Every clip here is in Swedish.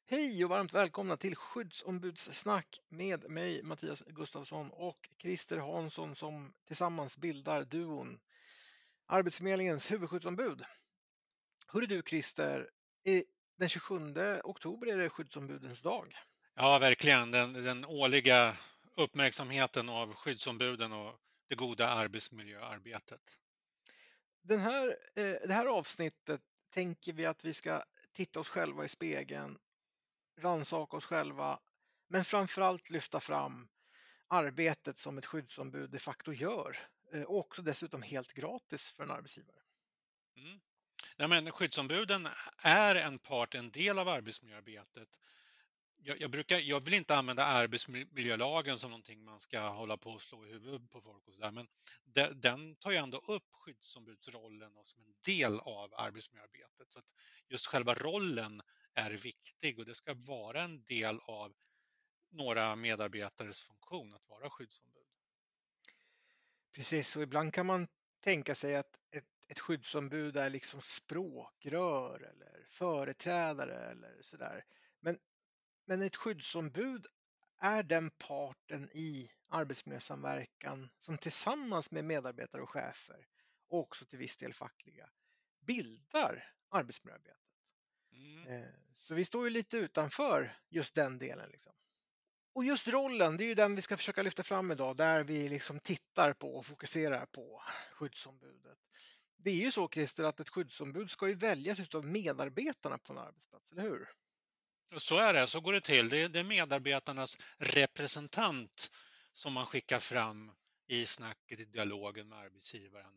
Hej och varmt välkomna till skyddsombudssnack med mig Mattias Gustafsson och Christer Hansson som tillsammans bildar duon Arbetsförmedlingens huvudskyddsombud. Hörru du Christer, den 27 oktober är det skyddsombudens dag. Ja, verkligen. Den årliga uppmärksamheten av skyddsombuden och det goda arbetsmiljöarbetet. Det här avsnittet tänker vi att vi ska titta oss själva i spegeln, rannsaka oss själva, men framförallt lyfta fram arbetet som ett skyddsombud de facto gör och också dessutom helt gratis för en arbetsgivare. Mm. Ja, men skyddsombuden är en part, en del av arbetsmiljöarbetet. Jag vill inte använda arbetsmiljölagen som någonting man ska hålla på och slå i huvudet på folk och så där, men den tar ju ändå upp skyddsombudsrollen och som en del av arbetsmiljöarbetet. Så att just själva rollen är viktig och det ska vara en del av några medarbetares funktion att vara skyddsombud. Precis, och ibland kan man tänka sig att ett skyddsombud är liksom språkrör eller företrädare eller sådär. Men, men ett skyddsombud är den parten i arbetsmiljösamverkan som tillsammans med medarbetare och chefer och också till viss del fackliga bildar arbetsmiljöarbetet. Mm. Så vi står ju lite utanför just den delen liksom. Och just rollen, det är ju den vi ska försöka lyfta fram idag, där vi liksom tittar på och fokuserar på skyddsombudet. Det är ju så Christer att ett skyddsombud ska ju väljas av medarbetarna på en arbetsplats, eller hur? Och så är det, så går det till. Det är medarbetarnas representant som man skickar fram i snacket, i dialogen med arbetsgivaren.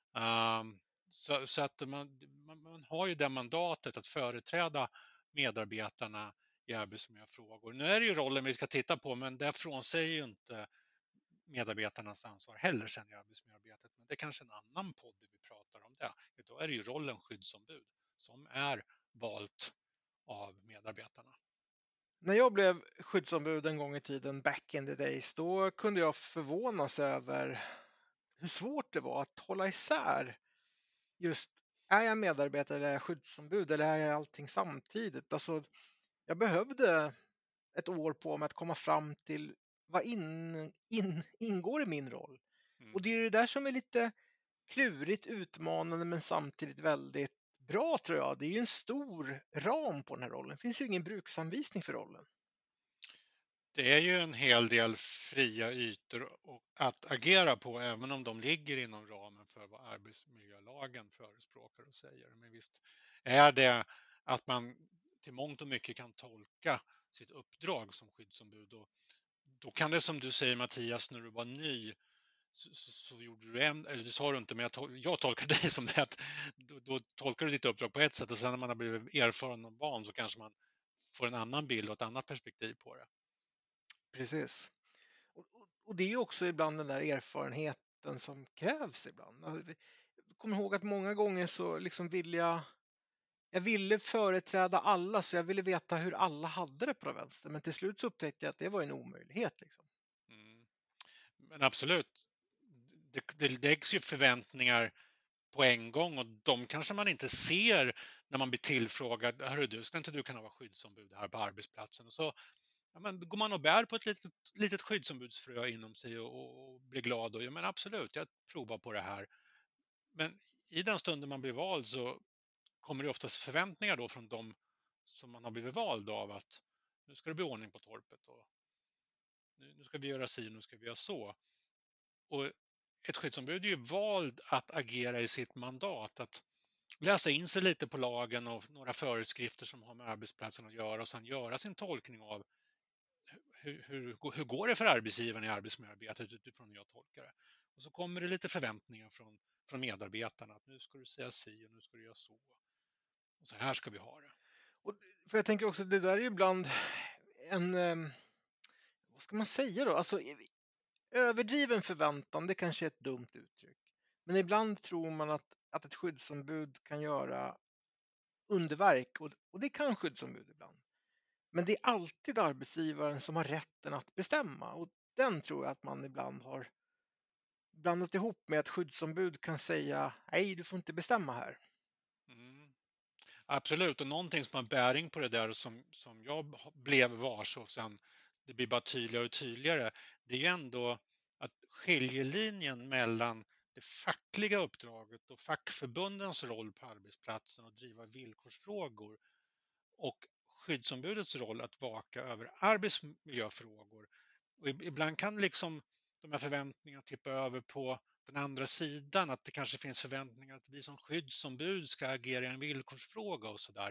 Så att man har ju det mandatet att företräda medarbetarna i arbetsmiljöfrågor. Nu är det ju rollen vi ska titta på, men det frånsäger ju inte medarbetarnas ansvar heller sen i arbetsmiljöarbetet. Men det är kanske en annan podd där vi pratar om det. Då är det ju rollen skyddsombud som är valt av medarbetarna. När jag blev skyddsombud en gång i tiden, back in the days, då kunde jag förvånas över hur svårt det var att hålla isär just, är jag medarbetare eller är jag skyddsombud eller är jag allting samtidigt? Alltså, jag behövde ett år på mig att komma fram till vad ingår i min roll. Och Mm. det är det där som är lite klurigt, utmanande men samtidigt väldigt bra tror jag. Det är ju en stor ram på den här rollen. Det finns ju ingen bruksanvisning för rollen. Det är ju en hel del fria ytor att agera på, även om de ligger inom ramen för vad arbetsmiljölagen förespråkar och säger. Men visst är det att man till mångt och mycket kan tolka sitt uppdrag som skyddsombud. Och då kan det, som du säger Mattias, när du var ny så gjorde du eller det sa du inte, men jag tolkar dig som det att då tolkar du ditt uppdrag på ett sätt och sen när man har blivit erfaren och van så kanske man får en annan bild och ett annat perspektiv på det. Precis. Och det är ju också ibland den där erfarenheten som krävs ibland. Alltså, jag kommer ihåg att många gånger så liksom jag ville företräda alla så jag ville veta hur alla hade det på den vänster. Men till slut så upptäckte jag att det var en omöjlighet. Liksom. Mm. Men absolut, det läggs ju förväntningar på en gång och de kanske man inte ser när man blir tillfrågad. Hörru du, ska inte du kunna vara skyddsombud här på arbetsplatsen? Och så ja, men går man och bär på ett litet skyddsombudsfrö inom sig och blir glad. Och, ja, men absolut, jag provar på det här. Men i den stunden man blir vald så kommer det oftast förväntningar då från de som man har blivit vald av att nu ska det bli ordning på torpet och nu ska vi göra si och nu ska vi göra så. Och ett skyddsombud är ju vald att agera i sitt mandat, att läsa in sig lite på lagen och några föreskrifter som har med arbetsplatsen att göra och sedan göra sin tolkning av hur går det för arbetsgivaren i arbetsmiljöarbetet utifrån hur jag tolkar det. Och så kommer det lite förväntningar från medarbetarna att nu ska du säga si och nu ska du göra så. Och så här ska vi ha det. Och, för jag tänker också att det där är ju ibland en, vad ska man säga då? Alltså, överdriven förväntan, det kanske är ett dumt uttryck. Men ibland tror man att ett skyddsombud kan göra underverk och det kan skyddsombud ibland. Men det är alltid arbetsgivaren som har rätten att bestämma och den tror jag att man ibland har blandat ihop med att skyddsombud kan säga nej, du får inte bestämma här. Mm. Absolut, och någonting som har bäring på det där och som jag blev varse och sen det blir bara tydligare och tydligare, det är ju ändå att skiljelinjen mellan det fackliga uppdraget och fackförbundens roll på arbetsplatsen och driva villkorsfrågor och skyddsombudets roll att vaka över arbetsmiljöfrågor. Och ibland kan liksom de här förväntningarna tippa över på den andra sidan, att det kanske finns förväntningar att vi som skyddsombud ska agera i en villkorsfråga och sådär.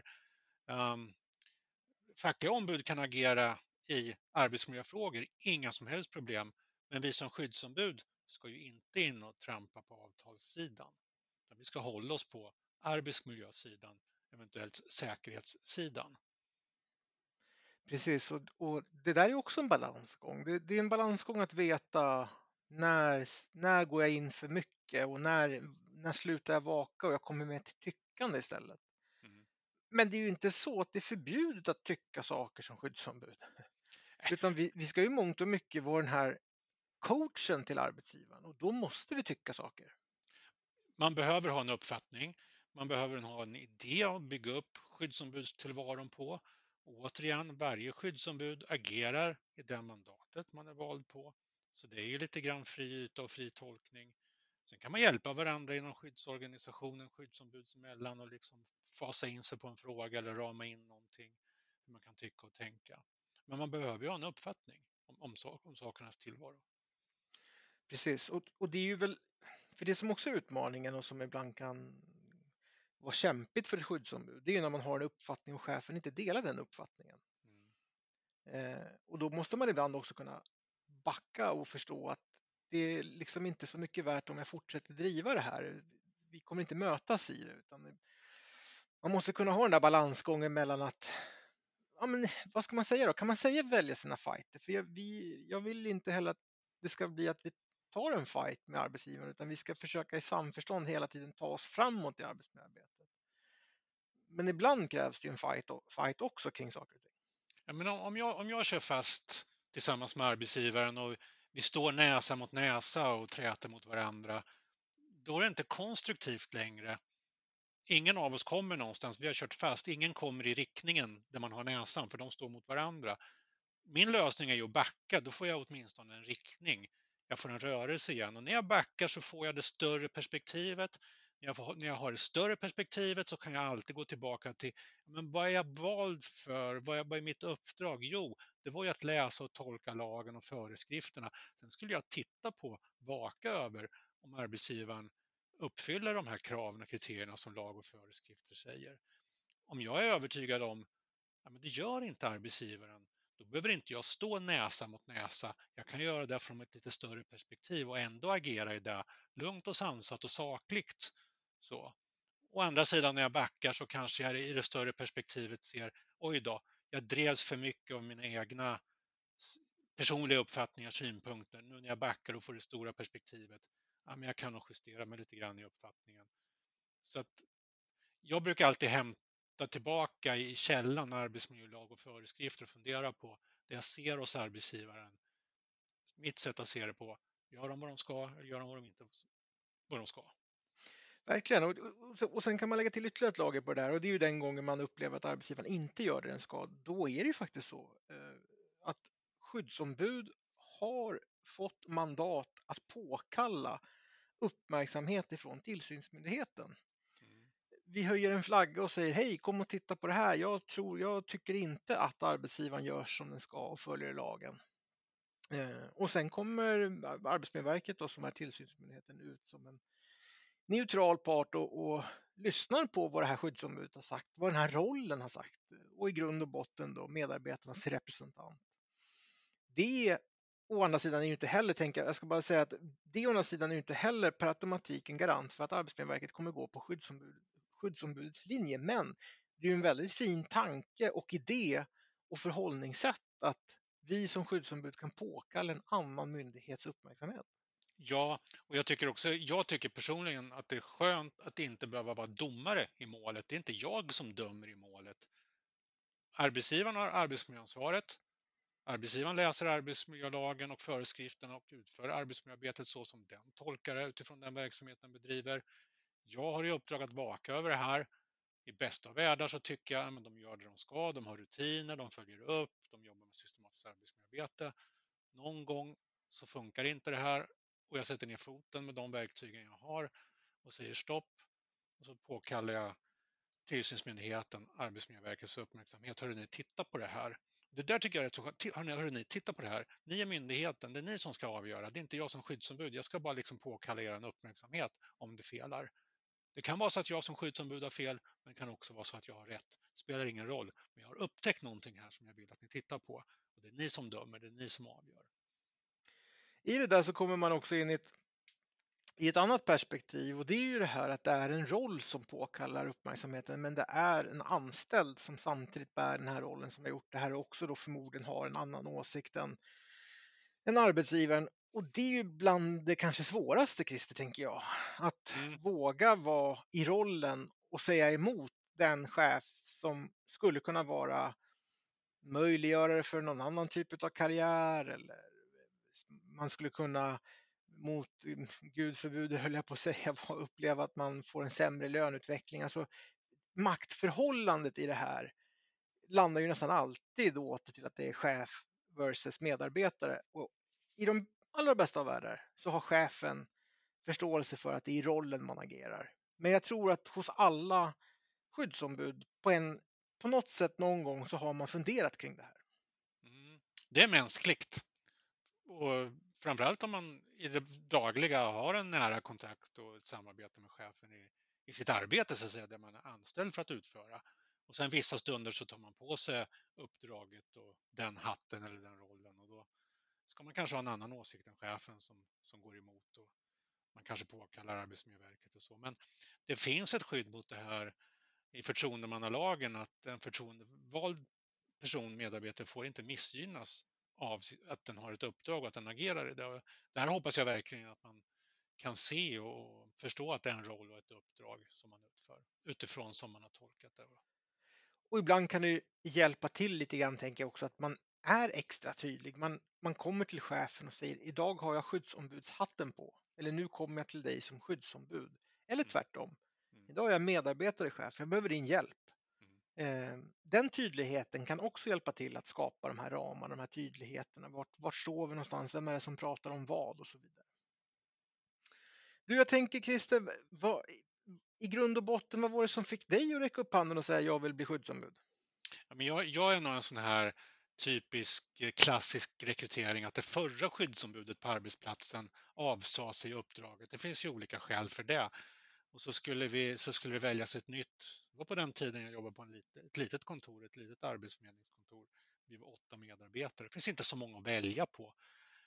Fackliga ombud kan agera i arbetsmiljöfrågor, inga som helst problem. Men vi som skyddsombud ska ju inte in och trampa på avtalssidan. Vi ska hålla oss på arbetsmiljösidan, eventuellt säkerhetssidan. Precis, och det där är också en balansgång. Det är en balansgång att veta när går jag in för mycket och när slutar jag vaka och jag kommer med till tyckande istället. Mm. Men det är ju inte så att det är förbjudet att tycka saker som skyddsombud. Utan vi ska ju mångt och mycket vara den här coachen till arbetsgivaren och då måste vi tycka saker. Man behöver ha en uppfattning, man behöver ha en idé att bygga upp skyddsombudstillvaron på. Och återigen, varje skyddsombud agerar i det mandatet man är vald på. Så det är ju lite grann fri yta och fri tolkning. Sen kan man hjälpa varandra inom skyddsorganisationen, skyddsombudsmellan och liksom fasa in sig på en fråga eller rama in någonting, hur man kan tycka och tänka. Men man behöver ju ha en uppfattning om sakernas tillvaro. Precis, och det är ju väl, för det som också är utmaningen och som ibland kan vara kämpigt för ett skyddsombud, det är ju när man har en uppfattning och chefen inte delar den uppfattningen. Och då måste man ibland också kunna backa och förstå att det är liksom inte så mycket värt om jag fortsätter driva det här. Vi kommer inte mötas i det, utan man måste kunna ha den där balansgången mellan att, ja men vad ska man säga då? Kan man säga välja sina fighter? För jag vill inte heller att det ska bli att vi tar en fight med arbetsgivaren, utan vi ska försöka i samförstånd hela tiden ta oss framåt i arbetsmiljöarbetet. Men ibland krävs det en fight också kring saker och ting. Ja, men om jag kör fast tillsammans med arbetsgivaren och vi står näsa mot näsa och träter mot varandra, då är det inte konstruktivt längre. Ingen av oss kommer någonstans, vi har kört fast, ingen kommer i riktningen där man har näsan för de står mot varandra. Min lösning är ju att backa, då får jag åtminstone en riktning. Jag får en rörelse igen och när jag backar så får jag det större perspektivet. När jag har det större perspektivet så kan jag alltid gå tillbaka till men vad är jag vald för? Vad är mitt uppdrag? Jo, det var ju att läsa och tolka lagen och föreskrifterna. Sen skulle jag titta på, vaka över om arbetsgivaren uppfyller de här kraven och kriterierna som lag och föreskrifter säger. Om jag är övertygad om att det gör inte arbetsgivaren, då behöver inte jag stå näsa mot näsa. Jag kan göra det från ett lite större perspektiv och ändå agera i det lugnt och sansat och sakligt. Så. Å andra sidan när jag backar så kanske jag i det större perspektivet ser, oj då, jag drevs för mycket av mina egna personliga uppfattningar, synpunkter. Nu när jag backar och får det stora perspektivet, ja, men jag kan nog justera mig lite grann i uppfattningen. Så att jag brukar alltid hämta tillbaka i källan arbetsmiljölag och föreskrifter och fundera på det jag ser hos arbetsgivaren. Mitt sätt att se det på, gör de vad de ska eller gör de vad de inte vad de ska? Verkligen, och sen kan man lägga till ytterligare ett lager på det där och det är ju den gången man upplever att arbetsgivaren inte gör det den ska. Då är det ju faktiskt så att skyddsombud har fått mandat att påkalla uppmärksamhet ifrån tillsynsmyndigheten. Mm. Vi höjer en flagga och säger hej, kom och titta på det här. Jag tycker inte att arbetsgivaren gör som den ska och följer lagen. Och sen kommer Arbetsmiljöverket då, som är tillsynsmyndigheten ut som en neutral part och lyssnar på vad det här skyddsombudet har sagt, vad den här rollen har sagt och i grund och botten då medarbetarnas representant. Det å andra sidan är ju inte heller, jag ska bara säga att det å andra sidan är ju inte heller per automatik en garant för att Arbetsmiljöverket kommer gå på skyddsombudets linje, men det är ju en väldigt fin tanke och idé och förhållningssätt att vi som skyddsombud kan påkalla en annan myndighets uppmärksamhet. Ja, och jag tycker personligen att det är skönt att inte behöva vara domare i målet. Det är inte jag som dömer i målet. Arbetsgivaren har arbetsmiljöansvaret. Arbetsgivaren läser arbetsmiljölagen och föreskrifterna och utför arbetsmiljöarbetet så som den tolkar det utifrån den verksamhet den bedriver. Jag har i uppdrag att vaka över det här. I bästa av världar så tycker jag att de gör det de ska, de har rutiner, de följer upp, de jobbar med systematiskt arbetsmiljöarbete. Någon gång så funkar inte det här och jag sätter ner foten med de verktygen jag har och säger stopp. Och så påkallar jag tillsynsmyndigheten, Arbetsmiljöverkets uppmärksamhet. Hörrni, ni titta på det här. Det där tycker jag är så skönt. Hörrni, titta på det här. Ni är myndigheten, det är ni som ska avgöra. Det är inte jag som skyddsombud. Jag ska bara liksom påkalla er uppmärksamhet om det felar. Det kan vara så att jag som skyddsombud har fel, men det kan också vara så att jag har rätt. Det spelar ingen roll. Men jag har upptäckt någonting här som jag vill att ni tittar på. Och det är ni som dömer, det är ni som avgör. I det där så kommer man också in i ett annat perspektiv, och det är ju det här att det är en roll som påkallar uppmärksamheten, men det är en anställd som samtidigt bär den här rollen, som har gjort det här och också då förmodligen har en annan åsikt än arbetsgivaren. Och det är ju bland det kanske svåraste, Christer, tänker jag, att våga vara i rollen och säga emot den chef som skulle kunna vara möjliggörare för någon annan typ av karriär, eller man skulle kunna, mot Gud förbjude höll jag på att säga, uppleva att man får en sämre löneutveckling. Alltså maktförhållandet i det här landar ju nästan alltid åter till att det är chef versus medarbetare. Och i de allra bästa av världar så har chefen förståelse för att det är i rollen man agerar. Men jag tror att hos alla skyddsombud på något sätt någon gång så har man funderat kring det här. Det är mänskligt. Och framförallt om man i det dagliga har en nära kontakt och ett samarbete med chefen i sitt arbete, så att säga, där man är anställd för att utföra. Och sen vissa stunder så tar man på sig uppdraget och den hatten eller den rollen, och då ska man kanske ha en annan åsikt än chefen som går emot, och man kanske påkallar Arbetsmiljöverket och så. Men det finns ett skydd mot det här i förtroendemannalagen, att en förtroendevald medarbetare får inte missgynnas av att den har ett uppdrag och att den agerar i det. Där hoppas jag verkligen att man kan se och förstå att det är en roll och ett uppdrag som man utför utifrån som man har tolkat det. Och ibland kan det hjälpa till lite grann, tänker jag också, att man är extra tydlig. Man kommer till chefen och säger idag har jag skyddsombudshatten på, eller nu kommer jag till dig som skyddsombud, eller tvärtom. Idag är jag medarbetare chef, jag behöver din hjälp. Den tydligheten kan också hjälpa till att skapa de här ramarna, de här tydligheterna. Vart står vi någonstans? Vem är det som pratar om vad och så vidare. Du, jag tänker, Christer, i grund och botten, vad var det som fick dig att räcka upp handen och säga jag vill bli skyddsombud? Ja, men jag är nog en sån här typisk klassisk rekrytering, att det förra skyddsombudet på arbetsplatsen avsade sig uppdraget. Det finns ju olika skäl för det. Och så skulle vi väljas ett nytt. Det var på den tiden jag jobbade på ett litet kontor, ett litet arbetsförmedlingskontor. Vi var 8 medarbetare. Det finns inte så många att välja på.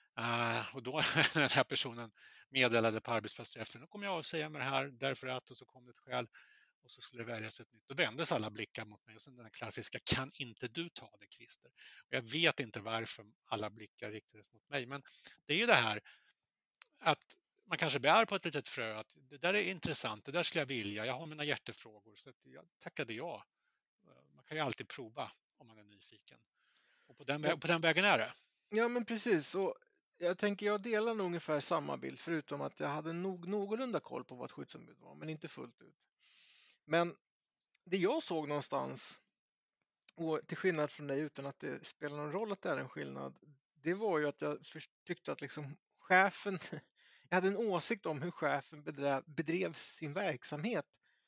Och då när den här personen meddelade på arbetsplatsträffen, då kommer jag att säga med det här därför att, och så kom det ett skäl. Och så skulle det väljas ett nytt. Då vändes alla blickar mot mig. Och sen den klassiska, kan inte du ta det, Christer? Och jag vet inte varför alla blickar riktades mot mig. Men det är ju det här att man kanske bär på ett litet frö. Att det där är intressant, det där skulle jag vilja. Jag har mina hjärtefrågor. Så att jag tackade ja. Man kan ju alltid prova om man är nyfiken. Och på den vägen är det. Ja, men precis. Och jag tänker, jag delar nog ungefär samma bild, förutom att jag hade någorlunda koll på vad ett skyddsombud var, men inte fullt ut. Men det jag såg någonstans, och till skillnad från dig, utan att det spelar någon roll att det är en skillnad, det var ju att jag tyckte att liksom chefen, jag hade en åsikt om hur chefen bedrev sin verksamhet,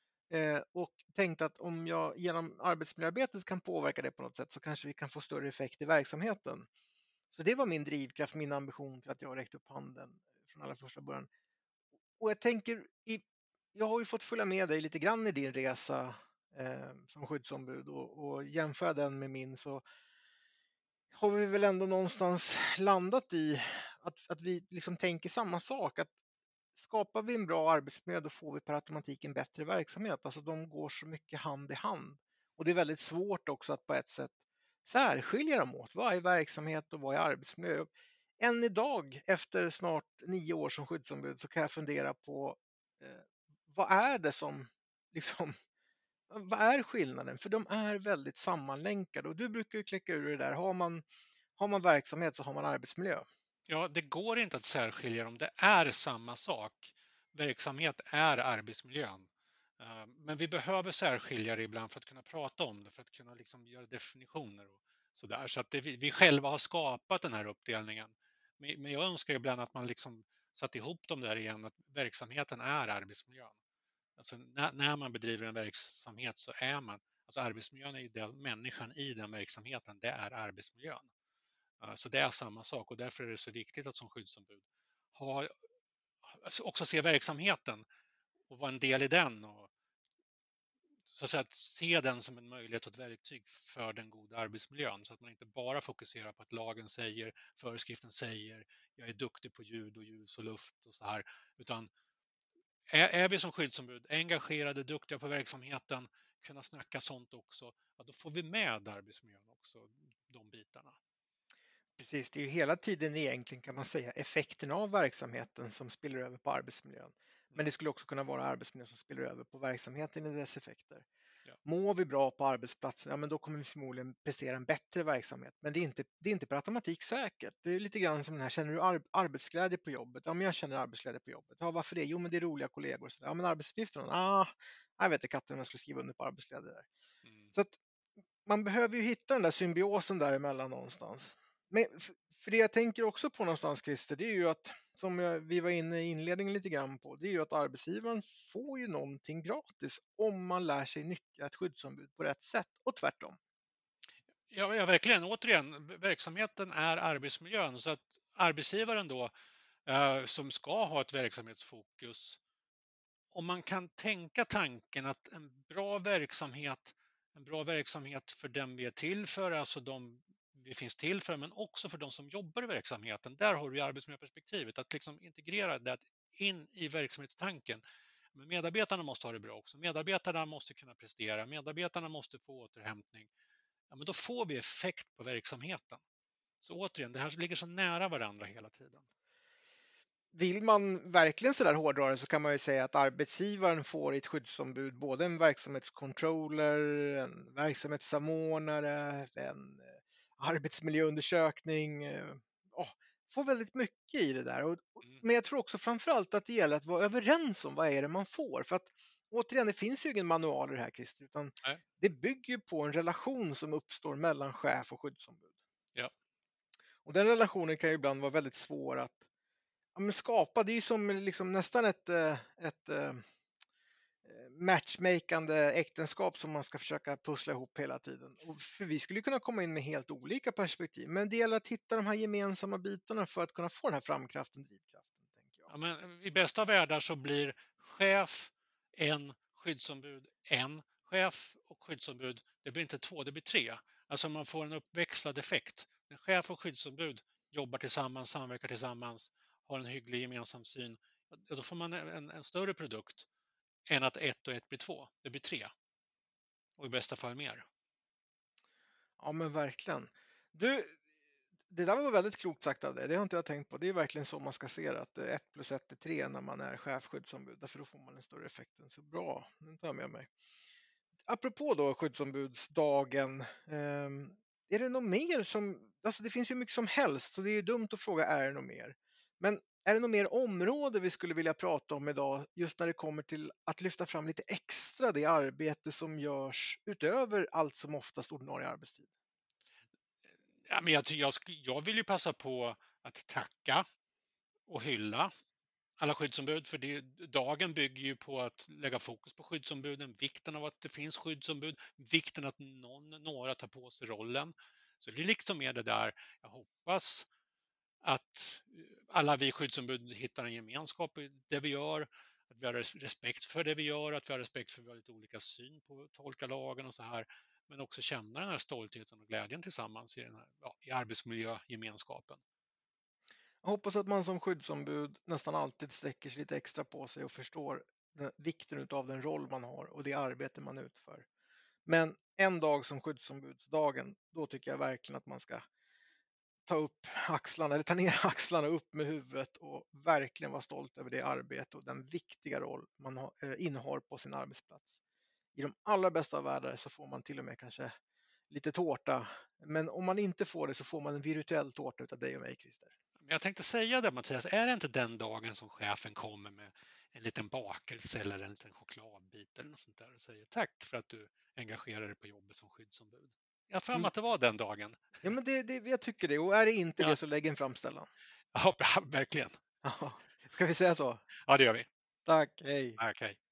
och tänkte att om jag genom arbetsmiljöarbetet kan påverka det på något sätt så kanske vi kan få större effekt i verksamheten. Så det var min drivkraft, min ambition till att jag räckte upp handen från allra första början. Och jag tänker, jag har ju fått följa med dig lite grann i din resa som skyddsombud, och jämför den med min, så har vi väl ändå någonstans landat i att vi liksom tänker samma sak, att skapar vi en bra arbetsmiljö, då får vi per automatik en bättre verksamhet. Alltså de går så mycket hand i hand. Och det är väldigt svårt också att på ett sätt särskilja dem åt. Vad är verksamhet och vad är arbetsmiljö? Än idag, efter snart 9 år som skyddsombud, så kan jag fundera på vad är det som liksom, vad är skillnaden? För de är väldigt sammanlänkade, och du brukar ju kläcka ur det där. Har man verksamhet så har man arbetsmiljö. Ja, det går inte att särskilja dem. Det är samma sak. Verksamhet är arbetsmiljön. Men vi behöver särskilja det ibland för att kunna prata om det, för att kunna liksom göra definitioner och sådär. Så att vi själva har skapat den här uppdelningen. Men jag önskar ibland att man liksom satt ihop dem där igen, att verksamheten är arbetsmiljön. Alltså när man bedriver en verksamhet så är man, alltså arbetsmiljön är den människan i den verksamheten, det är arbetsmiljön. Så det är samma sak och därför är det så viktigt att som skyddsombud också se verksamheten och vara en del i den och så att säga, att se den som en möjlighet och ett verktyg för den goda arbetsmiljön så att man inte bara fokuserar på att lagen säger, föreskriften säger, jag är duktig på ljud och ljus och luft och så här, utan är vi som skyddsombud engagerade, duktiga på verksamheten, kunna snacka sånt också, ja, då får vi med arbetsmiljön också, de bitarna. Precis, det är ju hela tiden egentligen kan man säga effekten av verksamheten som spiller över på arbetsmiljön. Men det skulle också kunna vara arbetsmiljön som spiller över på verksamheten i dess effekter. Ja. Mår vi bra på arbetsplatsen, ja, men då kommer vi förmodligen prestera en bättre verksamhet. Men det är inte per automatik säkert. Det är lite grann som den här, känner du arbetsglädje på jobbet? Ja, men jag känner arbetsglädje på jobbet. Ja, varför det? Jo, men det är roliga kollegor. Så där. Ja, men arbetsuppgifterna? Jag vet inte katten om jag skulle skriva under på arbetsglädje där. Så att man behöver ju hitta den där symbiosen däremellan någonstans. Men för det jag tänker också på någonstans, Christer, det är ju att, som vi var inne i inledningen lite grann på, det är ju att arbetsgivaren får ju någonting gratis om man lär sig nyttja ett skyddsombud på rätt sätt och tvärtom. Ja, verkligen. Återigen, verksamheten är arbetsmiljön så att arbetsgivaren då som ska ha ett verksamhetsfokus, om man kan tänka tanken att en bra verksamhet för den vi är till för, alltså de vi finns till för, men också för de som jobbar i verksamheten. Där har du arbetsmiljöperspektivet, att liksom integrera det in i verksamhetstanken. Men medarbetarna måste ha det bra också. Medarbetarna måste kunna prestera, medarbetarna måste få återhämtning. Ja, men då får vi effekt på verksamheten. Så återigen, det här ligger så nära varandra hela tiden. Vill man verkligen så där hårdra det så kan man ju säga att arbetsgivaren får i ett skyddsombud både en verksamhetscontroller, en verksamhetssamordnare, en arbetsmiljöundersökning. Får väldigt mycket i det där. Men jag tror också framförallt att det gäller att vara överens om vad är det man får. För att återigen, det finns ju ingen manual i det här, Christer, utan det bygger ju på en relation som uppstår mellan chef och skyddsombud. Ja. Och den relationen kan ju ibland vara väldigt svår att skapa. Det är ju som liksom nästan ett matchmakande äktenskap som man ska försöka pussla ihop hela tiden. Och för vi skulle kunna komma in med helt olika perspektiv, men det gäller att hitta de här gemensamma bitarna för att kunna få den här framkraften, drivkraften. Tänker jag. Ja, men i bästa världar så blir chef en, skyddsombud en, chef och skyddsombud, det blir inte 2, det blir 3. Alltså man får en uppväxlad effekt. När chef och skyddsombud jobbar tillsammans, samverkar tillsammans, har en hygglig gemensam syn, då får man en större produkt än att 1 och 1 blir 2. Det blir 3. Och i bästa fall mer. Ja, men verkligen. Du, det där var väldigt klokt sagt av dig. Det har inte jag tänkt på. Det är verkligen så man ska se det, att 1 + 1 är 3 när man är chefskyddsombud. Därför då får man en större effekt. Så bra, den tar jag med mig. Apropå då skyddsombudsdagen, är det något mer som, alltså det finns ju mycket som helst så det är ju dumt att fråga är det något mer. Men är det något mer område vi skulle vilja prata om idag just när det kommer till att lyfta fram lite extra det arbete som görs utöver allt som oftast ordinarie arbetstid? Ja, men jag vill ju passa på att tacka och hylla alla skyddsombud, för dagen bygger ju på att lägga fokus på skyddsombuden, vikten av att det finns skyddsombud, vikten att några tar på sig rollen. Så det är liksom mer det där, jag hoppas att alla vi skyddsombud hittar en gemenskap i det vi gör, att vi har respekt för det vi gör, att vi har respekt för att vi har lite olika syn på att tolka lagen och så här, men också känna den här stoltheten och glädjen tillsammans i den här i arbetsmiljögemenskapen. Jag hoppas att man som skyddsombud nästan alltid sträcker sig lite extra på sig och förstår vikten av den roll man har och det arbete man utför. Men en dag som skyddsombudsdagen, då tycker jag verkligen att man ska ta upp axlarna eller ta ner axlarna upp med huvudet och verkligen vara stolt över det arbete och den viktiga roll man innehar på sin arbetsplats. I de allra bästa av världar så får man till och med kanske lite tårta, men om man inte får det så får man en virtuell tårta utav dig och mig, Christer. Men jag tänkte säga det, Mattias, är det inte den dagen som chefen kommer med en liten bakelse eller en liten chokladbit eller något sånt där och säger tack för att du engagerar dig på jobbet som skyddsombud. Jag har för mig att det var den dagen. Ja, men jag tycker det. Och är det inte Ja. det så lägg en framställan. Ja, verkligen. Ja. Ska vi säga så? Ja, det gör vi. Tack, hej. Okej.